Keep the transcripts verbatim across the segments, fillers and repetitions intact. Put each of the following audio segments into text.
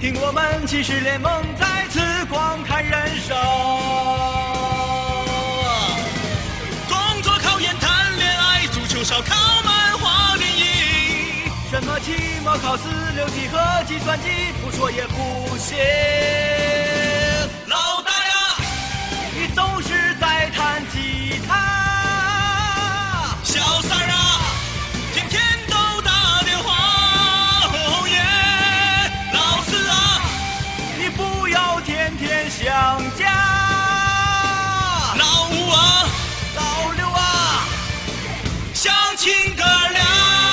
听我们骑士联盟再次光看人生。工作考研谈恋爱，足球烧烤漫画电影，什么期末考试六级和计算机，不说也不行。老大呀，你总是在弹吉他，小三儿啊，天天都打电话。哦耶，老四啊，你不要天天想家。老五啊，老六啊，相亲哥俩。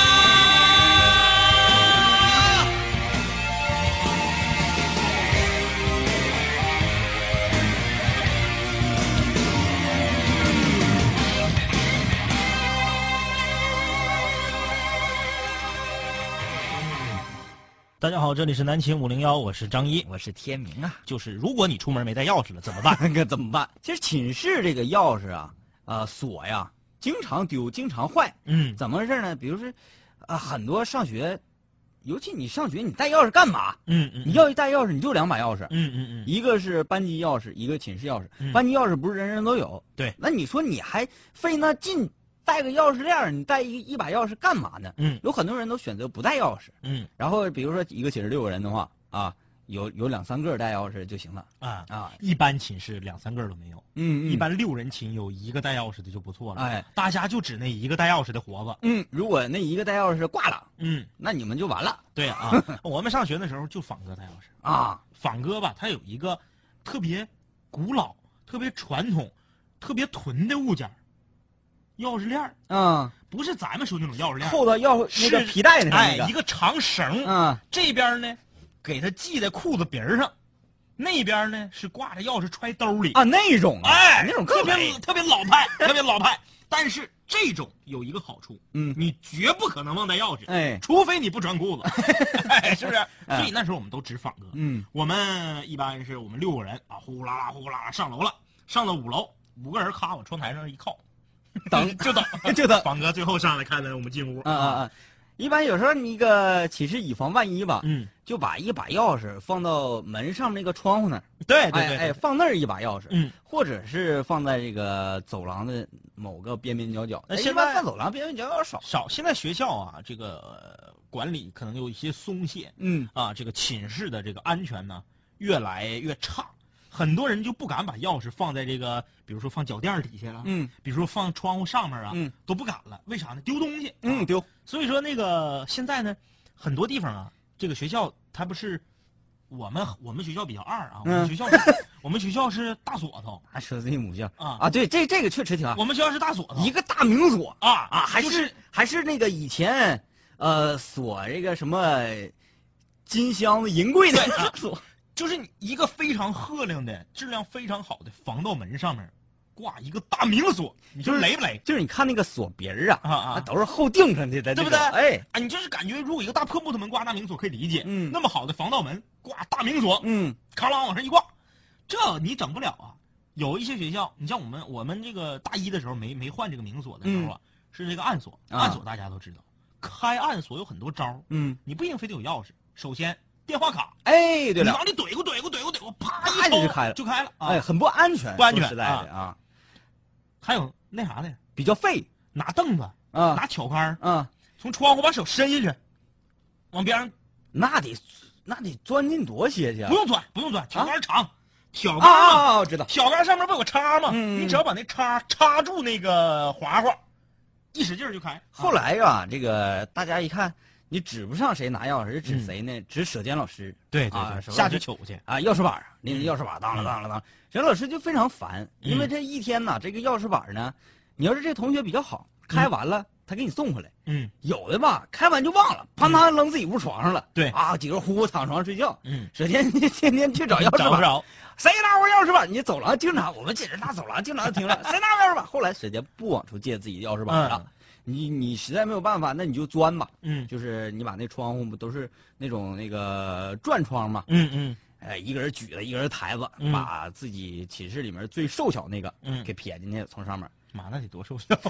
大家好，这里是南秦五零幺，我是张一， 我是天明啊。 就是如果你出门没带钥匙了怎么办？ 那怎么办？其实寝室这个钥匙啊，呃，锁呀，经常丢，经常坏。 嗯， 怎么回事呢？比如说，啊、呃，很多上学，尤其你上学，你带钥匙干嘛？ 嗯嗯， 你要一带钥匙，你就两把钥匙。 嗯嗯嗯， 一个是班级钥匙，一个寝室钥匙。 嗯、 班级钥匙不是人人都有。 对。 那你说你还费那劲带个钥匙链，你带一一把钥匙干嘛呢？ 嗯， 有很多人都选择不带钥匙。 嗯， 然后比如说一个寝室六个人的话啊。有有两三个带钥匙就行了啊啊！ 一般寝室两三个都没有， 嗯嗯， 一般六人寝有一个带钥匙的就不错了。 哎， 大家就指那一个带钥匙的活子。 嗯，如果那一个带钥匙挂了， 嗯， 那你们就完了。 对啊，我们上学的时候就仿哥带钥匙啊， 仿哥吧，他有一个特别古老、特别传统、特别囤的物件，钥匙链。 嗯， 不是咱们说那种钥匙链， 扣到钥那个皮带上、那个， 哎，一个长绳。 嗯， 这边呢给它系在裤子鼻上。那边呢是挂着钥匙揣兜里啊，那种啊，哎， 那种特别特别老派，特别老派。但是这种有一个好处， 嗯， 你绝不可能忘带钥匙， 哎， 除非你不穿裤子，哎，是不是？ 哎、 所以那时候我们都只仿哥， 嗯， 我们一般是我们六个人啊，呼呼啦啦呼呼啦啦上楼了，上到五楼，五个人咔往窗台上一靠， 等就等就等， 仿哥最后上来看着我们进屋， 啊啊啊！一般有时候你一个寝室以防万一吧， 嗯， 就把一把钥匙放到门上那个窗户那儿， 对对对， 哎哎，放那儿一把钥匙， 嗯， 或者是放在这个走廊的某个边边角角。 那现在放走廊边边角角少少，现在学校啊，这个管理可能有一些松懈， 嗯啊，这个寝室的这个安全呢越来越差。很多人就不敢把钥匙放在这个，比如说放脚垫底下了， 嗯， 比如说放窗户上面啊， 嗯， 都不敢了。为啥呢？丢东西， 嗯，丢。 所以说那个现在呢，很多地方啊，这个学校它不是我们我们学校比较二啊，我们学校是、嗯、我们学校是大锁头， 还说自己母校啊啊，对，这这个确实挺好。 我们学校是大锁头， 一个大明锁啊啊，还是、 就是、 还是那个以前呃锁这个什么金箱子银柜的锁。 就是一个非常赫亮的、质量非常好的防盗门上面挂一个大明锁，你说雷不雷？ 就是你看那个锁鼻儿啊， 啊啊， 都是后钉上的， 对不对？ 哎， 啊，你就是感觉如果一个大破木头门挂大明锁可以理解， 嗯， 那么好的防盗门挂大明锁， 嗯， 咔啷往上一挂，这你整不了啊。有一些学校，你像我们我们这个大一的时候没没换这个明锁的时候啊，嗯、是这个暗锁，暗锁大家都知道，啊、开暗锁有很多招， 嗯， 你不一定非得有钥匙，首先。电话卡， 哎，对了， 你往里怼过怼过怼过怼过，啪一抽就开了， 就开了， 哎，很不安全， 不安全， 实在的啊。 还有那啥的， 比较费， 拿凳子啊， 拿挑杆啊， 从窗户把手伸进去，往边上， 那得那得钻进多些去， 不用钻，不用钻，挑杆长，挑杆啊，我知道， 挑杆上面不有个叉吗？ 嗯， 你只要把那叉插住那个滑滑，一使劲就开。 后来啊，这个大家一看。你指不上谁拿钥匙，指谁呢？指舍监老师。 对对对，下去取去啊！钥匙板拎着钥匙板，当了当了当。舍监老师就非常烦，因为这一天呢，这个钥匙板呢，你要是这同学比较好，开完了他给你送回来。 嗯。 有的吧，开完就忘了，啪嗒扔自己屋床上了。 对啊，几个呼呼躺床上睡觉。 嗯。 舍监天天去找钥匙板， 找不着。 谁拿我钥匙板？你走廊经常，我们寝室大走廊经常听着，谁拿我钥匙板？后来舍监不往出借自己的钥匙板了。你你实在没有办法，那你就钻吧。 嗯， 就是你把那窗户不都是那种那个转窗嘛。 嗯嗯。 哎，一个人举了一个人台子， 嗯、 把自己寝室里面最瘦小那个， 嗯， 给撇进去，从上面。 妈，那得多瘦小！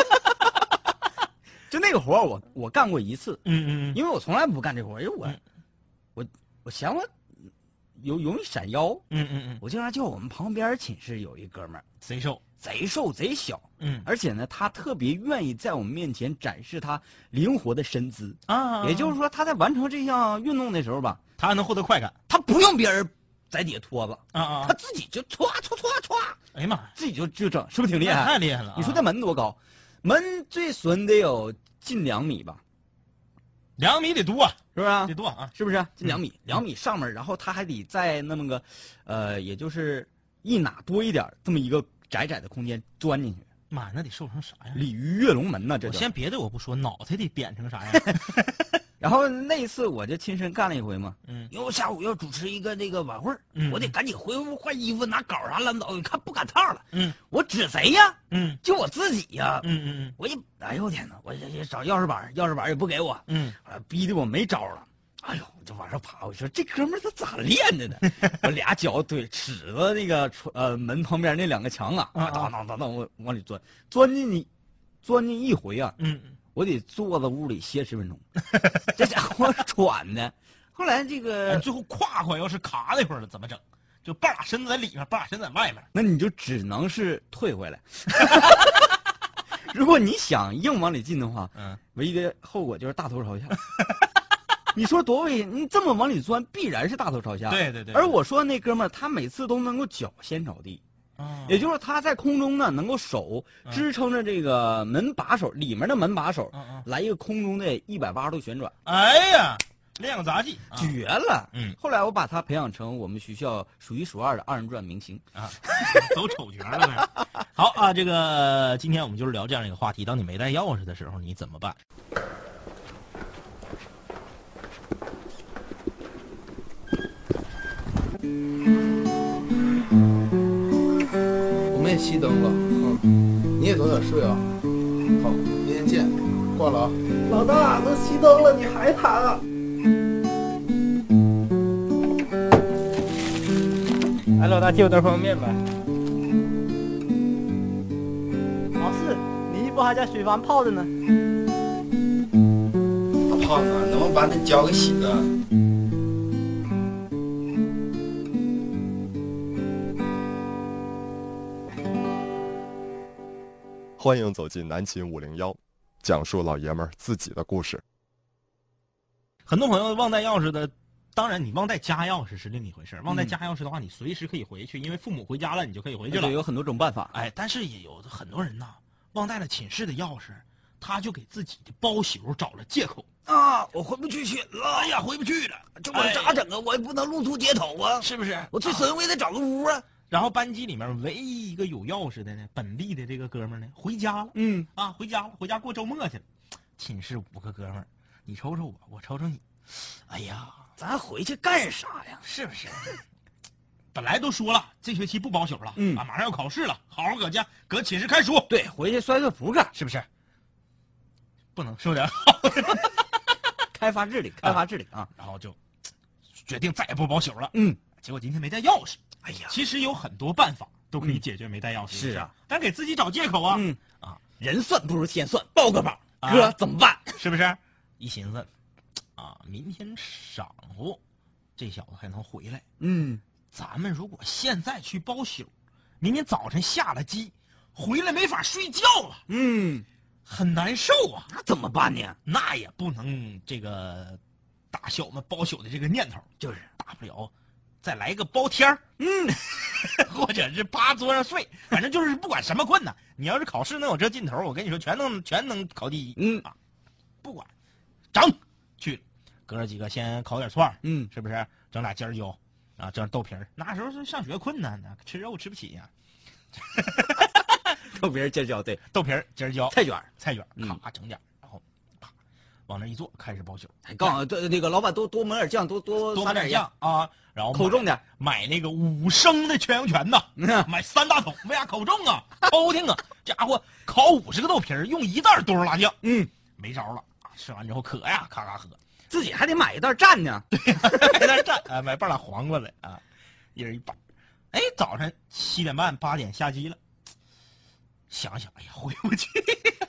就那个活我我干过一次。 嗯嗯。 因为我从来不干这活，因为我、 嗯、 我我嫌我有容易闪腰。 嗯嗯嗯， 我经常叫我们旁边寝室有一哥们儿， 贼瘦， 贼瘦贼小， 嗯， 而且呢，他特别愿意在我们面前展示他灵活的身姿啊， 也就是说，他在完成这项运动的时候吧， 他还能获得快感， 他不用别人在底下拖着啊啊， 他自己就歘歘歘歘， 哎呀妈， 自己就就整，是不是挺厉害？ 太厉害了！ 你说那门多高？门最损得有近两米吧？ 两米得多， 是不是啊？ 得多啊？ 是不是？近两米， 嗯、 两米上面，然后他还得在那么个，呃，也就是一哪多一点这么一个窄窄的空间钻进去。 妈，那得瘦成啥呀？ 鲤鱼跃龙门呐，这我先别的我不说，脑袋得扁成啥样？ 然后那一次我就亲身干了一回嘛， 嗯， 因为我下午要主持一个那个晚会， 嗯， 我得赶紧回屋换衣服，拿稿啥乱糟，我看不赶趟了， 嗯， 我指谁呀？ 嗯， 就我自己呀， 嗯嗯嗯， 我一，哎呦我天哪，我也找钥匙板，钥匙板也不给我， 嗯， 啊，逼得我没招了。哎呦，我就往上爬，我说这哥们儿他咋练的呢？我俩脚对指着那个呃门旁边那两个墙啊，当当当当，我往里钻，钻进去，钻进一回啊， 嗯， 我得坐在屋里歇十分钟，这家伙喘的。后来这个、 哎、最后胯胯要是卡那会儿了怎么整？就半拉身子在里面，半拉身子在外面， 那你就只能是退回来。如果你想硬往里进的话， 嗯， 唯一的后果就是大头朝下。你说多危险！你这么往里钻，必然是大头朝下。 对对对。 而我说那哥们儿，他每次都能够脚先着地， 嗯、 也就是他在空中呢，能够手支撑着这个门把手、嗯、里面的门把手， 嗯嗯， 来一个空中的一百八十度旋转。 哎呀，练个杂技， 绝了！ 嗯。 后来我把他培养成我们学校数一数二的二人转明星啊，走丑角了呗。好啊，这个今天我们就是聊这样一个话题：当你没带钥匙的时候，你怎么办？ 我们也熄灯了，嗯，你也早点睡啊。好，明天见，挂了啊。 老大，都熄灯了，你还弹啊？ 哎，老大，借我袋方便面呗。 老四，你衣服还在水房泡着呢。 大胖子，能不能把那脚给洗了？ 欢迎走进南秦五零幺，讲述老爷们儿自己的故事。 很多朋友忘带钥匙的，当然你忘带家钥匙是另一回事。忘带家钥匙的话，你随时可以回去，因为父母回家了，你就可以回去了。 有很多种办法。 哎，但是也有很多人呐，忘带了寝室的钥匙，他就给自己的包宿找了借口啊，我回不去寝了， 哎呀，回不去了， 这我咋整啊？我也不能路途街头啊， 是不是？ 我最损我也得找个屋啊。 然后班级里面唯一一个有钥匙的呢，本地的这个哥们儿呢，回家了。 嗯啊，回家了，回家过周末去了。寝室五个哥们儿，你瞅瞅我，我瞅瞅你。哎呀， 咱回去干啥呀？ 是不是？本来都说了，这学期不包宿了， 嗯啊，马上要考试了，好好搁家，搁寝室看书。 对，回去摔个扑克， 是不是？不能说点好， 开发智力，开发智力啊！ 然后就决定再也不包宿了。 嗯， 结果今天没带钥匙。 哎呀， 其实有很多办法都可以解决没带钥匙。 是啊， 但给自己找借口啊。 嗯啊， 人算不如天算，报个榜， 啊、 哥怎么办？ 是不是？一寻思，啊，明天晌午这小子还能回来。 嗯， 咱们如果现在去包宿，明天早晨下了机回来没法睡觉了。 嗯， 很难受啊。 那怎么办呢？ 那也不能这个打消我们包宿的这个念头， 就是大不了再来个包天儿， 嗯， 或者是趴桌上睡，反正就是不管什么困难，你要是考试能有这劲头，我跟你说全能全能考第一。 嗯啊，不管，整去了，哥儿几个先烤点串， 嗯， 是不是？整俩尖椒啊，整豆皮儿。那时候是上学困难呢，吃肉吃不起呀、 啊。豆皮儿尖椒，对， 豆皮儿尖椒， 菜卷菜卷，咔整点，然后啪往那一坐，开始包宿。 还告诉对那个老板多多抹点酱，多多多撒点酱啊，然后口重点， 买那个五升的全羊泉呐，买三大桶，为啥口重啊？抠听啊，家伙烤五十个豆皮儿，用一袋多少辣酱？ 嗯， 没招了啊！吃完之后渴呀，咔咔喝， 自己还得买一袋蘸呢， 对，买袋蘸啊，买半拉黄瓜来啊，一人一半。哎，早上七点半八点下机了，想想，哎呀，回不去。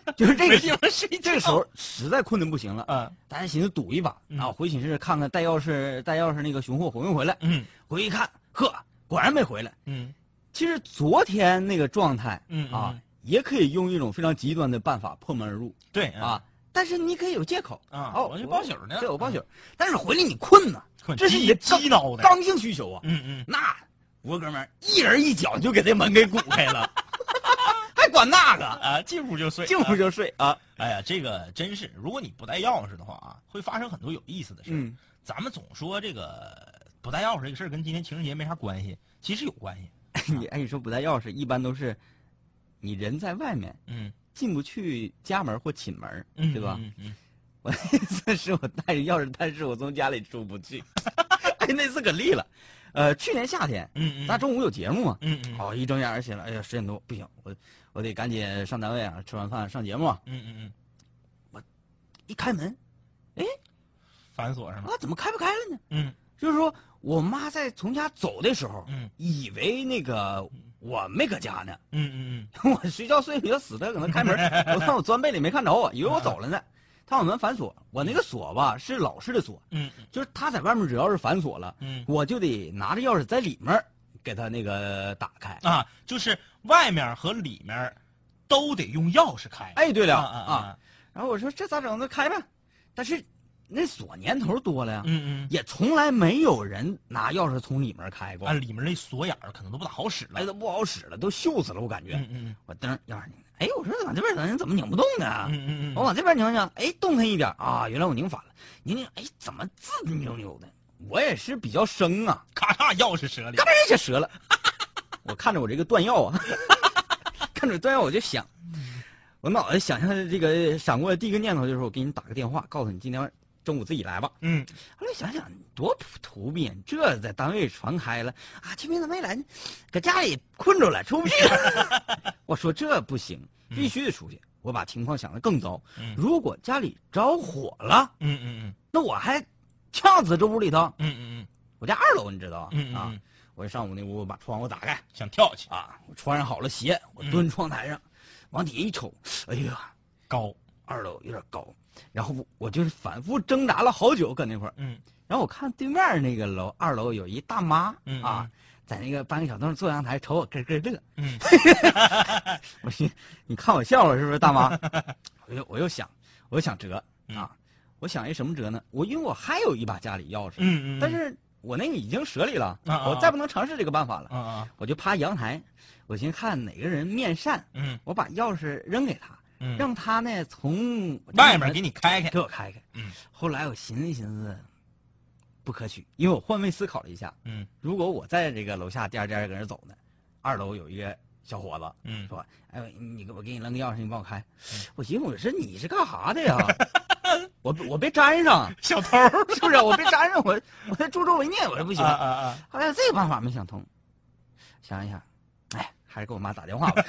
就是这个没地方睡觉这个时候实在困得不行了， 嗯， 大家寻思赌一把， 嗯啊，回寝室看看带钥匙带钥匙那个熊货回没回来， 嗯回去一看，呵，果然没回来。 嗯其实昨天那个状态， 嗯啊， 嗯也可以用一种非常极端的办法破门而入， 对啊，但是你可以有借口啊哦， 我去包宿呢对，我包宿，但是回来你困呐， 困这是你的鸡鸡挠的刚性需求啊， 嗯嗯， 那我哥们儿一人一脚就给这门给鼓开了，还管那个啊，进屋就睡， 进屋就睡啊， 哎呀，这个真是，如果你不带钥匙的话啊，会发生很多有意思的事儿。 嗯， 咱们总说这个不带钥匙这个事儿跟今天情人节没啥关系，其实有关系。 你哎，你说不带钥匙，一般都是你人在外面， 嗯进不去家门或寝门， 嗯， 对吧？ 嗯嗯， 我那次是我带着钥匙，但是我从家里出不去。哎，那次可厉了。呃，去年夏天， 嗯嗯， 咱中午有节目嘛， 嗯嗯， 哦，一睁眼起来，哎呀，十点多，不行，我我得赶紧上单位啊，吃完饭上节目啊。 嗯嗯嗯， 一开门， 反锁是吗？ 啊，怎么开不开了呢？ 嗯就是说我妈在从家走的时候， 嗯以为那个我没搁家呢， 嗯嗯嗯， 我睡觉睡比较死的，可能开门，我看我钻被里没看着我，以为我走了呢。他把门反锁，我那个锁吧是老式的锁， 嗯就是他在外面只要是反锁了， 嗯我就得拿着钥匙在里面给他那个打开。 啊，就是外面和里面都得用钥匙开。 哎，对了啊啊啊， 然后我说这咋整？那开呗。但是那锁年头多了呀， 嗯嗯， 也从来没有人拿钥匙从里面开过。 啊，里面那锁眼儿可能都不大好使了。 哎，都不好使了，都锈死了，我感觉。 嗯嗯我蹬钥匙拧，哎，我说往这边蹬，怎么拧不动呢？ 嗯嗯嗯， 我往这边拧拧，哎，动弹一点啊，原来我拧反了，拧拧，哎，怎么自扭扭的？我也是比较生啊， 咔嚓钥匙折里嘎。嘣一下折了。我看着我这个断钥啊，看着断钥我就想，我脑袋想象的这个闪过的第一个念头就是我给你打个电话，告诉你今天中午自己来吧。 嗯， 后来想想多图逼，这在单位传开了啊，清明怎么没来呢？搁家里困着了，出不去了。我说这不行，必须得出去。我把情况想得更糟， 嗯如果家里着火了， 嗯嗯嗯那我还呛死这屋里头。 嗯嗯嗯我家二楼你知道嗯嗯啊？我一上午那屋把窗户打开想跳下去， 啊，我穿上好了鞋，我蹲窗台上，往底下一瞅，哎呀， 高。 二楼有点高。然后我就是反复挣扎了好久，搁那块儿。 嗯然后我看对面那个楼二楼有一大妈嗯啊，在那个搬个小凳坐阳台瞅我咯咯乐。 嗯我寻你看我笑了是不是大妈？我又我又想我又想折啊，我想一什么折呢？我因为我还有一把家里钥匙， 嗯嗯， 但是我那个已经折里了， 啊啊我再不能尝试这个办法了。 啊啊我就趴阳台，我寻思看哪个人面善， 嗯我把钥匙扔给他， 嗯， 让他呢从外面给你开开。 给我开开。 嗯后来我寻思寻思，不可取，因为我换位思考了一下， 嗯如果我在这个楼下颠颠搁那走呢，二楼有一个小伙子嗯， 说：“哎，你给我给你扔个钥匙，你帮我开。 嗯” 我寻思我说你是干啥的呀？我我别粘上， 小偷是不是？我别粘上，我我再助纣为虐，我说不行。 啊啊啊！ 后来有这个办法没想通，想一想，哎，还是给我妈打电话吧。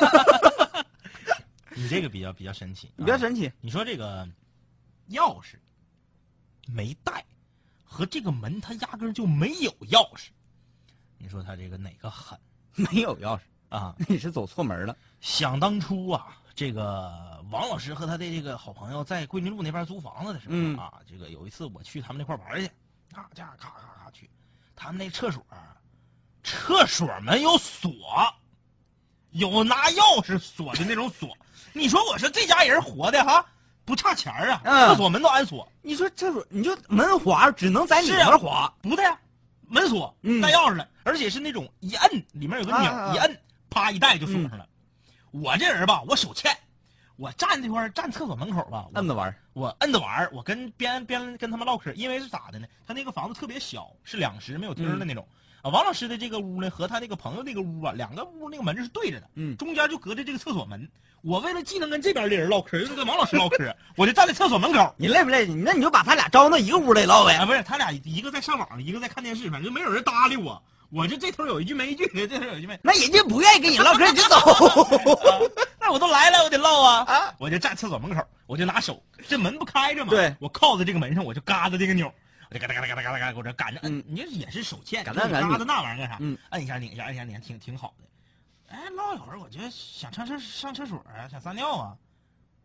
你这个比较比较神奇， 你别啊神奇， 你说这个钥匙没带和这个门它压根儿就没有钥匙，你说他这个哪个狠没有钥匙， 啊？ 你是走错门了。 想当初啊，这个王老师和他的这个好朋友在桂林路那边租房子的时候、 嗯啊，这个有一次我去他们那块玩去，啊，这样咔咔咔去，他们那厕所，厕所门有锁，有拿钥匙锁的那种锁。你说我说这家人活的哈，不差钱儿啊， 嗯厕所门都安锁。 你说这会你就门滑只能在里是啊面滑， 不对呀、门锁嗯带钥匙了，而且是那种一摁里面有个钮， 啊啊啊一摁啪一带就锁上了。我这人吧，我手欠，我站这块儿站厕所门口吧，我摁着玩儿。 我摁着玩儿，我跟边边跟他们唠嗑，因为是咋的呢？他那个房子特别小，是两室没有厅的那种。啊，王老师的这个屋呢，和他那个朋友那个屋啊，两个屋那个门是对着的， 嗯中间就隔着这个厕所门。我为了既能跟这边的人唠嗑，又能跟王老师唠嗑，我就站在厕所门口。 你累不累？那你就把他俩招到一个屋来唠呗。 啊，不是，他俩一个在上网，一个在看电视，反正就没有人搭理我。我这这头有一句没一句的，这头有一句没。 那人家不愿意跟你唠嗑，你就走。 啊那我都来了，我得唠啊！ 啊我就站厕所门口，我就拿手，这门不开着嘛， 对， 我靠在这个门上，我就嘎着这个钮，我就嘎哒嘎哒嘎哒嘎哒嘎哒，我这赶着摁， 嗯你这也是手欠， 嘎哒嘎哒嘎的那玩意儿干啥？ 嗯， 摁一下拧一下，摁一下拧，挺挺好的。哎，唠一会儿，我就想上厕上厕所啊，想撒尿啊，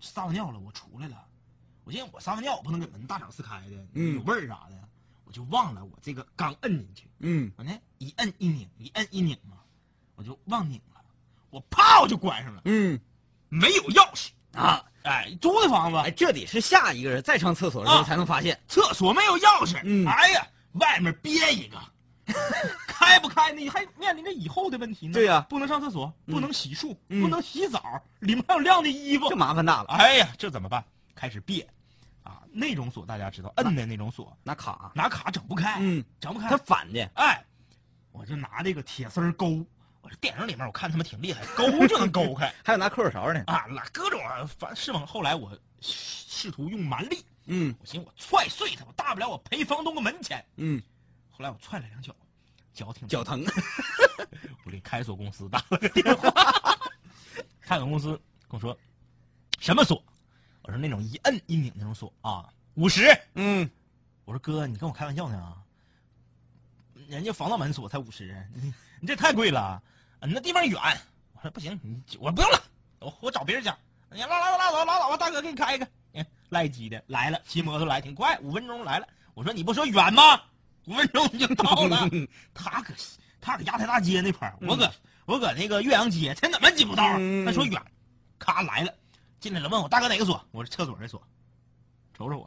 撒完尿了，我出来了，我寻思我撒完尿我不能给门大敞四开的， 嗯有味儿啥的，我就忘了我这个刚摁进去， 嗯， 我那一摁一拧，一摁一拧嘛，我就忘拧了，我啪我就关上了， 嗯， 没有钥匙啊， 哎，租的房子， 哎，这得是下一个人再上厕所的时候才能发现， 厕所没有钥匙， 嗯哎呀，外面憋一个，开不开呢？还面临着以后的问题呢。 对呀不能上厕所， 嗯不能洗漱， 嗯不能洗澡，里面还有晾的衣服这，麻烦大了。 哎呀，这怎么办？开始别，啊，那种锁大家知道，摁的那种锁， 拿卡， 拿卡整不开， 嗯， 整不开。 它反的， 哎，我就拿这个铁丝钩，我这电影里面我看他们挺厉害，勾就能勾开还有拿扣勺呢。 啊，那各种啊，反是吗？后来我试图用蛮力， 嗯我寻思我踹碎它，我大不了我赔房东个门钱。 嗯， 后来我踹了两脚，脚挺脚疼。 我给开锁公司打了个电话，开锁公司跟我说什么锁？我说那种一摁一拧那种锁啊，五十。 嗯， 我说哥，你跟我开玩笑呢？人家防盗门锁才五十，你你这太贵了，你那地方远。我说不行，你我不用了，我我找别人家。你拉拉拉倒拉倒吧，大哥给你开一个。哎，赖鸡的来了，骑摩托来挺快，五分钟来了。我说你不说远吗？五分钟你就到了。他搁他搁亚太大街那块儿，我搁我搁那个岳阳街，他怎么挤不到？他说远，咔来了，进来了，问我大哥哪个锁？我说厕所这锁，瞅瞅我，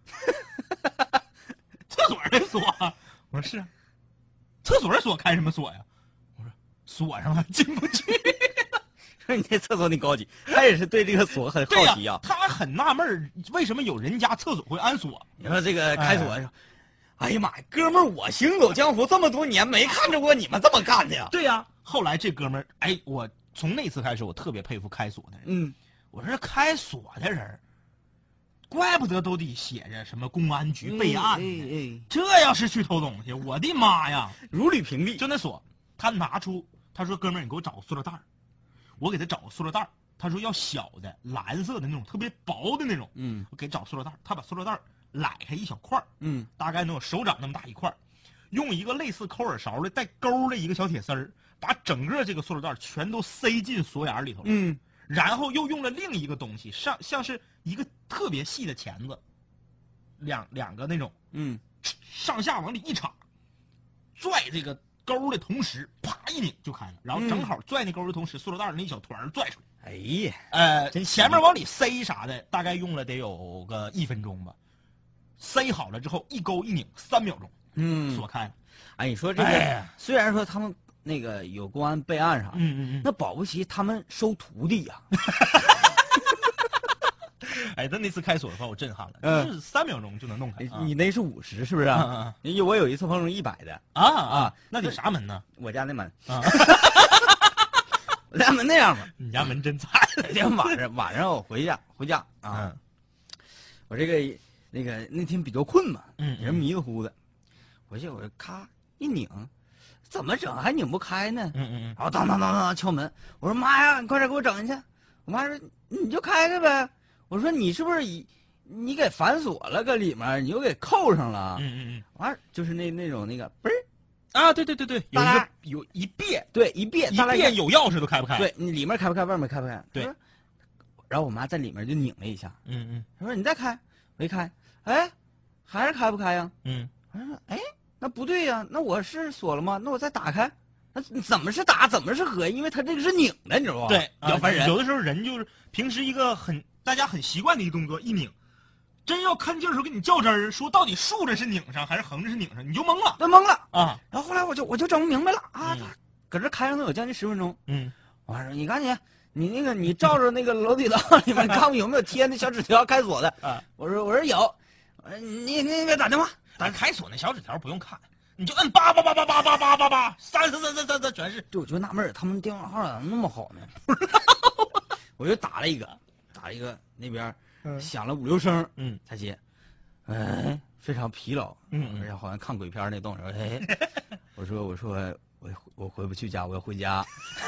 厕所这锁。我说是啊，厕所这锁开什么锁呀？我说锁上了，进不去。 说你这厕所你高级，他也是对这个锁很好奇呀、 啊。 他很纳闷儿，为什么有人家厕所会安锁？ 你说这个开锁，哎呀妈呀，哥们儿，我行走江湖这么多年，没看着过你们这么干的呀。 对呀、后来这哥们儿，哎，我从那次开始，我特别佩服开锁的人。 嗯， 我说开锁的人，怪不得都得写着什么公安局备案呢。 哎哎， 这要是去偷东西，我的妈呀， 如履平地。 就那锁，他拿出，他说哥们儿，你给我找个塑料袋儿。我给他找个塑料袋儿，他说要小的蓝色的那种特别薄的那种， 嗯我给找塑料袋儿，他把塑料袋儿揽开一小块儿， 嗯大概能有手掌那么大一块儿，用一个类似抠耳勺的带钩的一个小铁丝儿，把整个这个塑料袋儿全都塞进锁眼里头了， 嗯， 然后又用了另一个东西，上像是一个特别细的钳子，两两个那种， 嗯， 上下往里一插，拽这个钩的同时，啪一拧就开了，然后正好拽那钩的同时，塑料袋那一小团拽出来。 哎呀， 呃， 真前面往里塞啥的，大概用了得有个一分钟吧。塞好了之后，一勾一拧，三秒钟， 嗯， 锁开了。 哎，你说这个， 哎呀虽然说他们那个有公安备案啥的， 嗯嗯嗯。 那保不齐他们收徒弟呀、 哎，他那次开锁的话，我震撼了， 嗯就是三秒钟就能弄开。啊你那是五十是不是、 啊啊？ 啊因为我有一次碰上一百的， 啊啊啊！ 那得啥门呢？ 我家那门， 啊， 我家门那样吧。 你家门真惨。 那天晚上晚上我回家回家啊， 嗯我这个那个那天比较困嘛， 嗯也是迷糊糊的，回去我就咔一拧，怎么整还拧不开呢？ 嗯嗯然后当当当当敲门，我说妈呀，你快点给我整去。我妈说你就开开呗。我说你是不是以你给反锁了搁里面，你又给扣上了？ 嗯嗯嗯完、就是那那种那个嘣儿， 啊，对对对对，有一大个有一别对，一别一大概别有钥匙都开不开。， 对你里面开不开，外面开不开？ 对她说。然后我妈在里面就拧了一下， 嗯嗯她说你再开，我一开，哎，还是开不开呀？ 嗯， 我说哎，那不对呀，那我是锁了吗？那我再打开，那怎么是打，怎么是合？因为它这个是拧的，你知道吧？ 对， 比较烦人。 有的时候人就是平时一个很大家很习惯的一个动作，一拧，真要看劲儿的时候跟你较真儿，说到底竖着是拧上还是横着是拧上，你就懵了那懵了。 啊。 然后后来我就我就整不明白了啊， 嗯他搁这开上能有将近十分钟。 嗯我说你赶紧，你那个你照着那个楼梯道里面，你看看有没有贴那小纸条开锁的。 啊， 我说我说有，我说你你给打电话。 但开锁那小纸条不用看，你就摁八八八八八八八八八，三三三三三三全是。 对，我就纳闷儿，他们电话号咋那么好呢？我就打了一个，打一个那边响了五六声， 嗯才接。哎，非常疲劳， 嗯嗯而且好像看鬼片那动静。哎，我说我说我我回不去家，我要回家。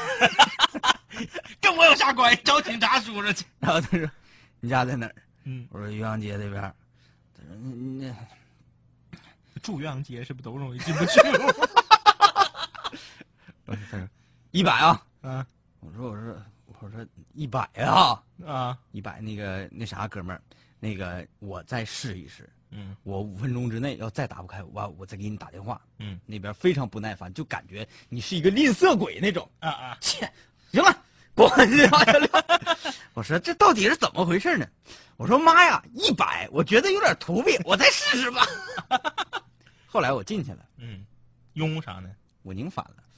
跟我有啥关系？找警察叔叔去。 然后他说你家在哪儿？ 嗯， 我说岳阳街那边。他说你那住岳阳街是不是都容易进不去？ 我说他说一百啊。 啊， 我说我说我我说一百啊啊， 一百那个那啥哥们儿，那个我再试一试。 嗯我五分钟之内要再打不开，我我再给你打电话。 嗯那边非常不耐烦，就感觉你是一个吝啬鬼那种。 啊啊， 切，行了，滚！我说这到底是怎么回事呢？我说妈呀，一百，我觉得有点土鳖，我再试试吧。后来我进去了， 嗯，用啥呢？ 我拧反了。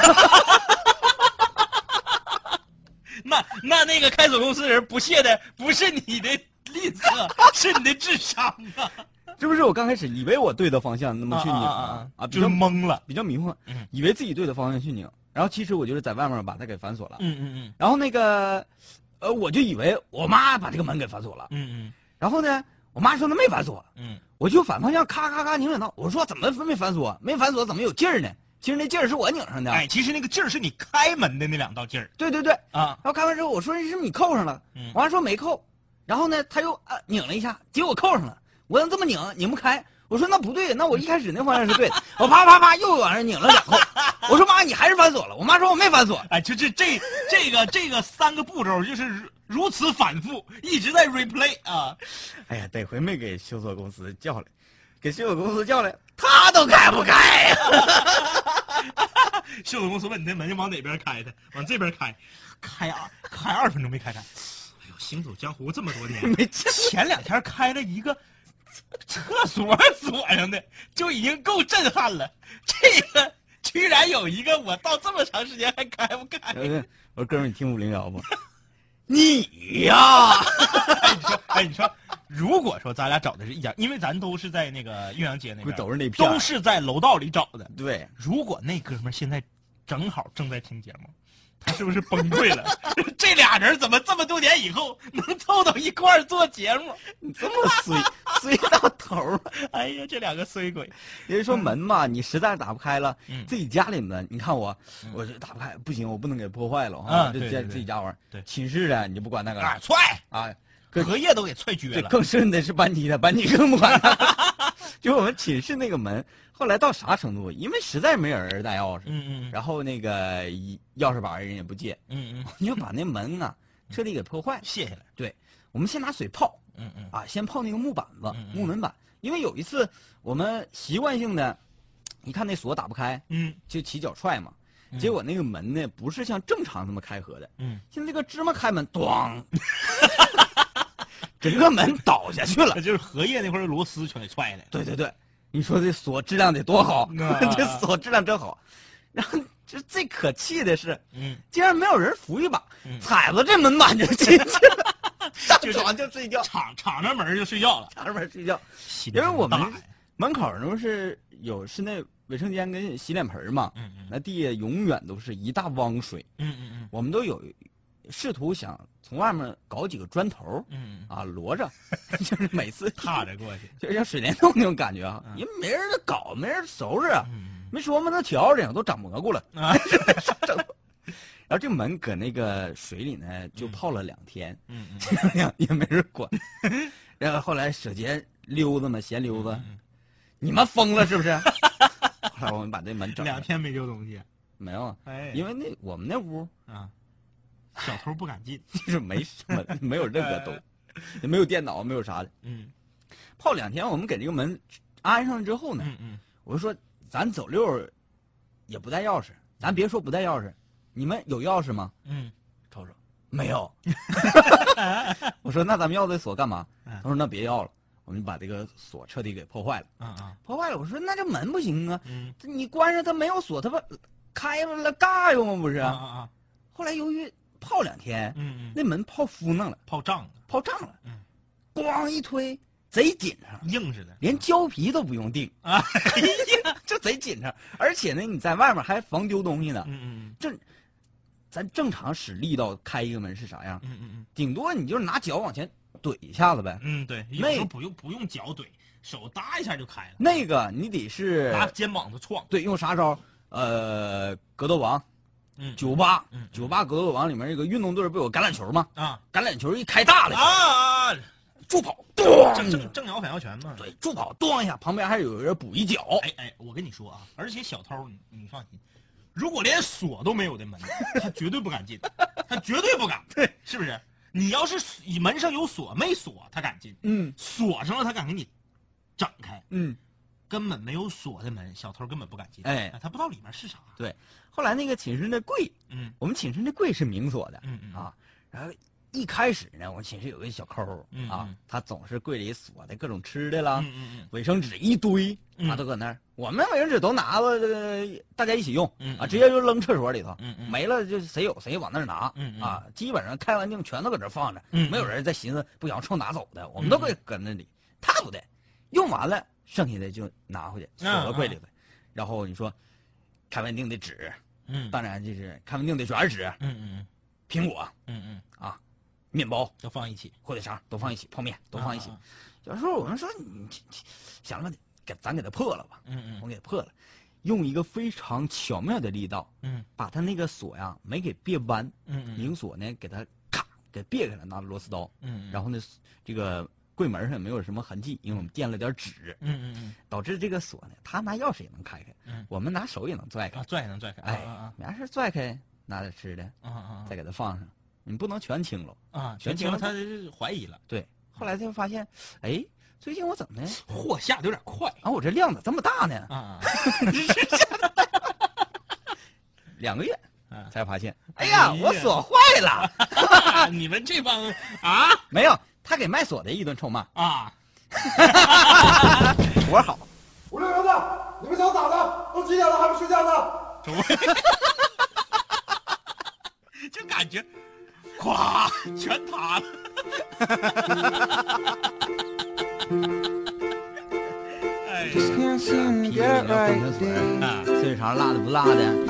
那那那个开锁公司人不屑的不是你的吝啬，是你的智商啊！ 是不是我刚开始以为我对的方向，那么去拧啊啊啊啊， 就是懵了， 比较迷惑， 嗯以为自己对的方向去拧，然后其实我就是在外面把它给反锁了。 嗯嗯嗯然后那个，呃，我就以为我妈把这个门给反锁了。 嗯嗯然后呢，我妈说那没反锁， 嗯我就反方向咔咔咔拧两道。我说怎么没反锁？没反锁怎么有劲儿呢？其实那劲儿是我拧上的。 哎，其实那个劲儿是你开门的那两道劲儿对对对。 啊。 然后开完之后，我说是不是你扣上了？ 嗯我妈说没扣。然后呢，他又啊拧了一下，结果扣上了。我要这么拧，拧不开。我说那不对，那我一开始那方向是对的。我啪啪啪又往上拧了两扣。我说妈，你还是反锁了。我妈说我没反锁。 哎，就这这这个这个三个步骤就是如如此反复，一直在 replay 啊。 哎呀，得亏没给修锁公司叫来，给修锁公司叫来，他都开不开呀、 修锁公司问你那门往哪边开的，往这边开，开啊开二分钟没开开。哎呦，行走江湖这么多年， 没见前两天开了一个厕所锁上的，就已经够震撼了。这个居然有一个我到这么长时间还开不开。 我说哥们儿，你听五零幺不？你呀， 哎，你说，哎，你说，如果说咱俩找的是一家，因为咱都是在那个岳阳街那边， 都是那片儿都是在楼道里找的。 对， 如果那哥们儿现在正好正在听节目，他是不是崩溃了？这俩人怎么这么多年以后能凑到一块儿做节目？ 你这么衰，衰到头儿。 哎呀，这两个衰鬼。 人家说门嘛，你实在是打不开了， 嗯自己家里门，你看我， 嗯我这打不开，不行，我不能给破坏了啊这家对对对自己家玩儿。 对寝室的你就不管那个啊， 了踹， 啊。 荷叶都给踹撅对， 了。 更甚的是班级的，班级更不管了。就我们寝室那个门，后来到啥程度？因为实在没有人带钥匙， 嗯嗯然后那个一钥匙把人也不借， 嗯嗯， 你就把那门啊彻底给破坏。 卸下来。 对，我们先拿水泡嗯嗯啊，先泡那个木板子嗯、嗯木门板，因为有一次我们习惯性的，一看那锁打不开， 嗯就起脚踹嘛， 嗯结果那个门呢不是像正常这么开合的， 嗯， 现在这个芝麻开门，咣，整个门倒下去了那。就是荷叶那块儿螺丝全给踹的。 对对对，你说这锁质量得多好， 啊这锁质量真好。然后这最可气的是， 嗯， 竟然没有人扶一把， 嗯踩着这门板就进去了，上就是床就睡觉， 敞敞着门就睡觉了。 上面睡觉。 因因为我们门口那不是有室内卫生间跟洗脸盆嘛， 嗯嗯那地下永远都是一大汪水， 嗯嗯嗯我们都有试图想从外面搞几个砖头嗯啊摞着，就是每次踏着过去。 就像水帘洞那种感觉啊， 嗯因为没人搞，没人收拾啊。 嗯没说嘛，那条儿都长蘑菇了。 啊然后这门搁那个水里呢，就泡了两天， 嗯嗯两也没人管。然后后来舍杰溜达嘛，闲溜达， 嗯你们疯了是不是？后来我们把这门整了， 两天没丢东西。 没有啊， 哎， 因为那我们那屋啊，小偷不敢进。 就是没什么，没有任何东西，也没有电脑，没有啥的。 嗯泡两天，我们给这个门安上了之后呢， 嗯嗯我就说咱走溜儿也不带钥匙，咱别说不带钥匙，你们有钥匙吗？ 嗯瞅瞅，没有。我说那咱们要这锁干嘛？ 嗯他说那别要了，我们把这个锁彻底给破坏了。 啊啊破坏了，我说那这门不行啊， 嗯这你关上它没有锁，它不开了尬哟吗？不是啊啊啊后来由于泡两天， 嗯嗯， 那门泡敷弄了， 泡胀了， 泡胀了， 嗯， 咣一推，贼紧张， 硬似的。 连胶皮都不用钉啊， 就贼紧张。而且呢，你在外面还防丢东西呢。 嗯嗯这咱正常使力道开一个门是啥样？ 嗯嗯嗯顶多你就是拿脚往前怼一下子呗。 嗯，对，有时候不用不用脚怼，手搭一下就开了。 那个你得是拿肩膀子撞。 对，用啥招？呃，格斗王， 嗯， 酒吧， 嗯， 酒吧格斗王里面那个运动队不有橄榄球吗？ 啊， 橄榄球一开大了， 啊啊， 助跑， 正正正摇反摇拳嘛。 对，助跑，咣一下，旁边还有人补一脚。 哎哎，我跟你说啊，而且小偷你你放心， 如果连锁都没有的门，他绝对不敢进，他绝对不敢， 对， 是不是？你要是门上有锁没锁，他敢进， 嗯， 锁上了他敢给你整开， 嗯， 根本没有锁的门，小偷根本不敢进， 哎， 他不知道里面是啥。 对，后来那个寝室那柜， 嗯， 我们寝室那柜是明锁的， 嗯嗯啊，然后一开始呢，我寝室有个小抠， 嗯啊，他总是柜里锁的各种吃的啦， 嗯嗯嗯， 卫生纸一堆， 嗯啊，都搁那儿，我们卫生纸都拿过，这个大家一起用， 嗯啊，直接就扔厕所里头， 嗯嗯， 没了就谁有谁往那儿拿， 嗯嗯啊，基本上开完镜全都搁这放着， 嗯， 没有人在寻思不想冲拿走的，我们都搁搁那里，他不对，用完了剩下的就拿回去锁到柜里头，然后你说开完镜的纸， 嗯， 当然就是开完镜的卷纸， 嗯嗯苹果， 嗯嗯啊，面包都放一起， 火腿肠都放一起，泡面都放一起。 啊啊有时候我们说你想了给咱给它破了吧， 嗯嗯， 我给它破了，用一个非常巧妙的力道， 嗯， 把它那个锁呀没给别弯， 嗯嗯， 拧锁呢给它咔给别开了，拿螺丝刀， 嗯， 然后呢这个柜门上也没有什么痕迹，因为我们垫了点纸， 嗯嗯嗯， 导致这个锁呢，他拿钥匙也能开开， 嗯， 我们拿手也能拽开， 啊，拽也能拽开， 哎， 啊没事拽开，拿点吃的， 啊啊， 再给它放上，你不能全清了啊，全清了他怀疑了， 对，后来他就发现，哎，最近我怎么的货下的有点快啊，我这量咋这么大呢？ 啊， 两个月才发现，哎哎呀， 呀我锁坏了， 你们这帮啊， 没有，他给卖锁的一顿臭骂啊， 活好。 五六零的，你们想咋的？都几点了还不睡觉呢？ 就感觉，咵，全塌了。哎， 啤酒要矿泉水啊，岁水肠辣的不辣的？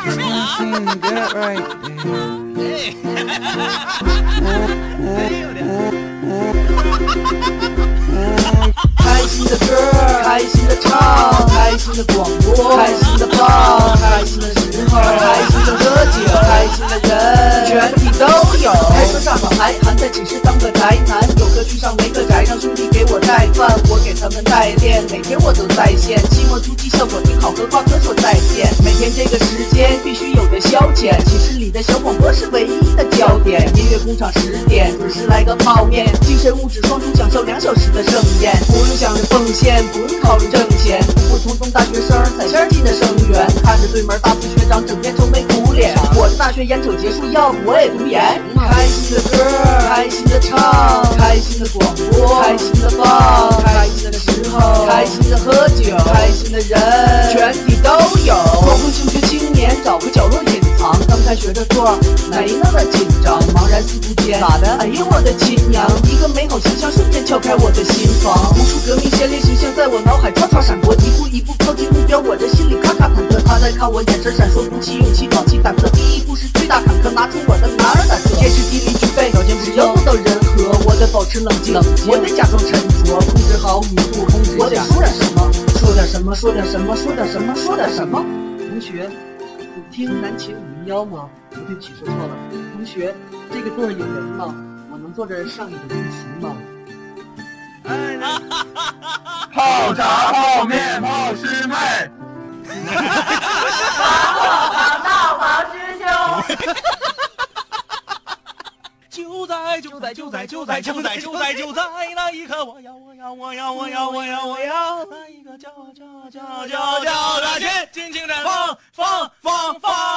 开心的歌，开心的唱，开心的广播，开心的放，开心的时候，开心的喝酒，开心的人，全体都有。开车上好还还在寝室当个宅男，有课去上没课宅，让兄弟给我带饭，我给他们代练，每天我都在线，期末突击效果挺好，和瓜哥说再见。每天这个时间必须有个消遣，寝室里的小广播是唯一的焦点。音乐工厂十点准时来个泡面，精神物质双重享受两小时的盛宴，不用想着奉献，不用考虑挣钱，普普通通大学生踩线进的生源，看着对门大四学长整天愁眉苦脸，我的大学眼瞅结束，要不我也读研。开心的歌，开心的唱，开心的广播，开心的放，开心的时候，开心的喝酒，开心的人，全体都有。高中求学青年找个角落隐藏，刚开学的座没那么紧张，茫然四顾间，咋的？哎呀我的亲娘，一个美好形象瞬间敲开我的心房，无数革命先烈形象在我脑海唰唰闪过，一步一步靠近目标，我的心里咔咔忐忑。他在看我眼神闪烁，鼓起勇气，壮起胆子，第一步是巨大坎坷，拿出我的男儿胆色，天时地利具备，条件只要做到人和，我得保持冷静，我得假装沉着，控制好语速，控制我得说点什么，说点什么，说点什么，说点什么，说点什么。同学，你听南秦五零幺吗？不对不起，说错了。同学，这个座有人吗？我能坐这儿上一个自习吗？ 泡茶泡面泡师妹， 黄道黄师兄。 就在就在就在就在就在就在就在那一刻，我要我要我要我要我要我要那一个叫叫叫叫叫的心，尽情绽放放放放。